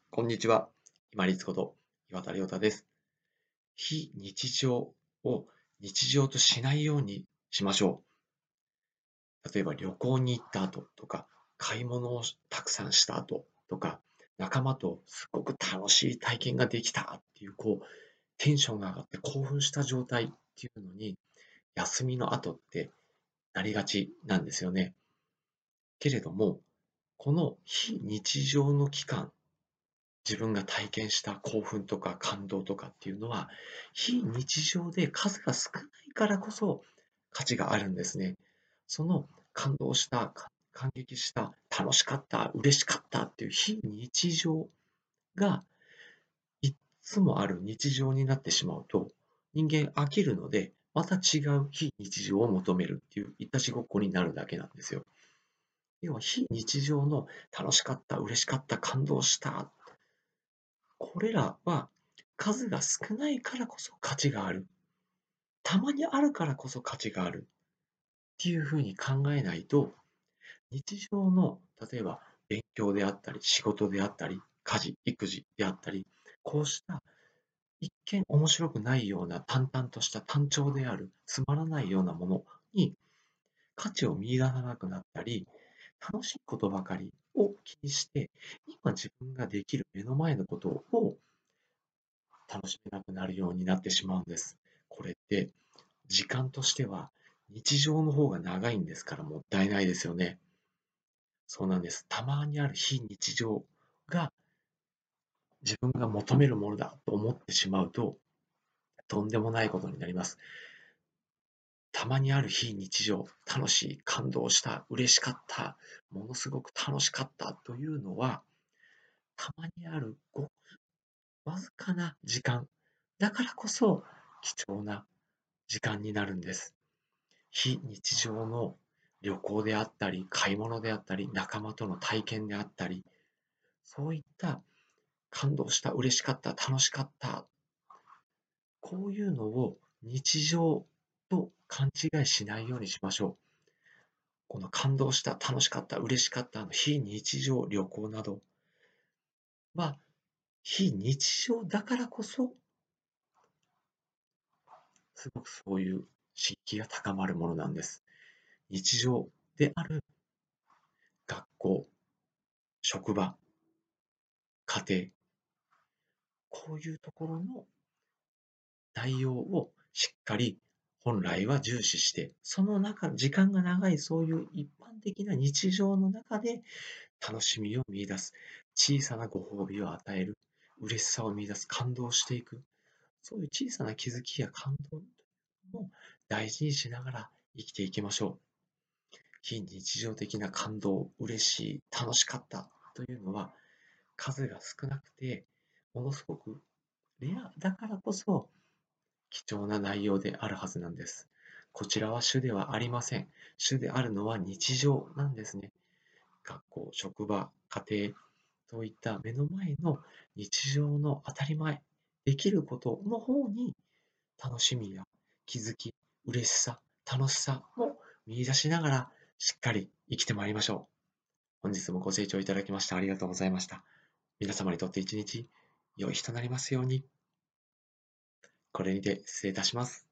こんにちは。今立こと岩田亮太です。非日常を日常としないようにしましょう。例えば旅行に行った後とか、買い物をたくさんした後とか、仲間とすごく楽しい体験ができたっていう、テンションが上がって興奮した状態っていうのに、休みの後ってなりがちなんですよね。けれども、この非日常の期間、自分が体験した興奮とか感動とかっていうのは、非日常で数が少ないからこそ価値があるんですね。その感動した、感激した、楽しかった、嬉しかったっていう非日常がいつもある日常になってしまうと、人間飽きるので、また違う非日常を求めるっていういたちごっこになるだけなんですよ。要は非日常の楽しかった、嬉しかった、感動したこれらは数が少ないからこそ価値がある。たまにあるからこそ価値があるっていうふうに考えないと、日常の例えば勉強であったり、仕事であったり、家事、育児であったり、こうした一見面白くないような淡々とした単調である、つまらないようなものに価値を見出さなくなったり、楽しいことばかりを気にして、今自分ができる目の前のことを楽しめなくなるようになってしまうんです。これって時間としては日常の方が長いんですからもったいないですよね。そうなんです。たまにある非日常が自分が求めるものだと思ってしまうととんでもないことになります。たまにある非日常、楽しい、感動した、嬉しかった、ものすごく楽しかったというのはたまにあるわずかな時間だからこそ貴重な時間になるんです。非日常の旅行であったり、買い物であったり、仲間との体験であったり、そういった感動した、嬉しかった、楽しかった、こういうのを日常と勘違いしないようにしましょう。この感動した、楽しかった、嬉しかったの非日常旅行などは非日常だからこそ、すごくそういう刺激が高まるものなんです。日常である学校、職場、家庭、こういうところの内容をしっかり本来は重視して、その中、時間が長いそういう一般的な日常の中で楽しみを見出す、小さなご褒美を与える、嬉しさを見出す、感動していく、そういう小さな気づきや感動も大事にしながら生きていきましょう。非日常的な感動、嬉しい、楽しかったというのは数が少なくて、ものすごくレアだからこそ貴重な内容であるはずなんです。こちらは主ではありません。主であるのは日常なんですね。学校、職場、家庭といった目の前の日常の当たり前、できることの方に楽しみや気づき、嬉しさ、楽しさも見出しながらしっかり生きてまいりましょう。本日もご清聴いただきましてありがとうございました。皆様にとって一日良い日となりますように。これにて失礼いたします。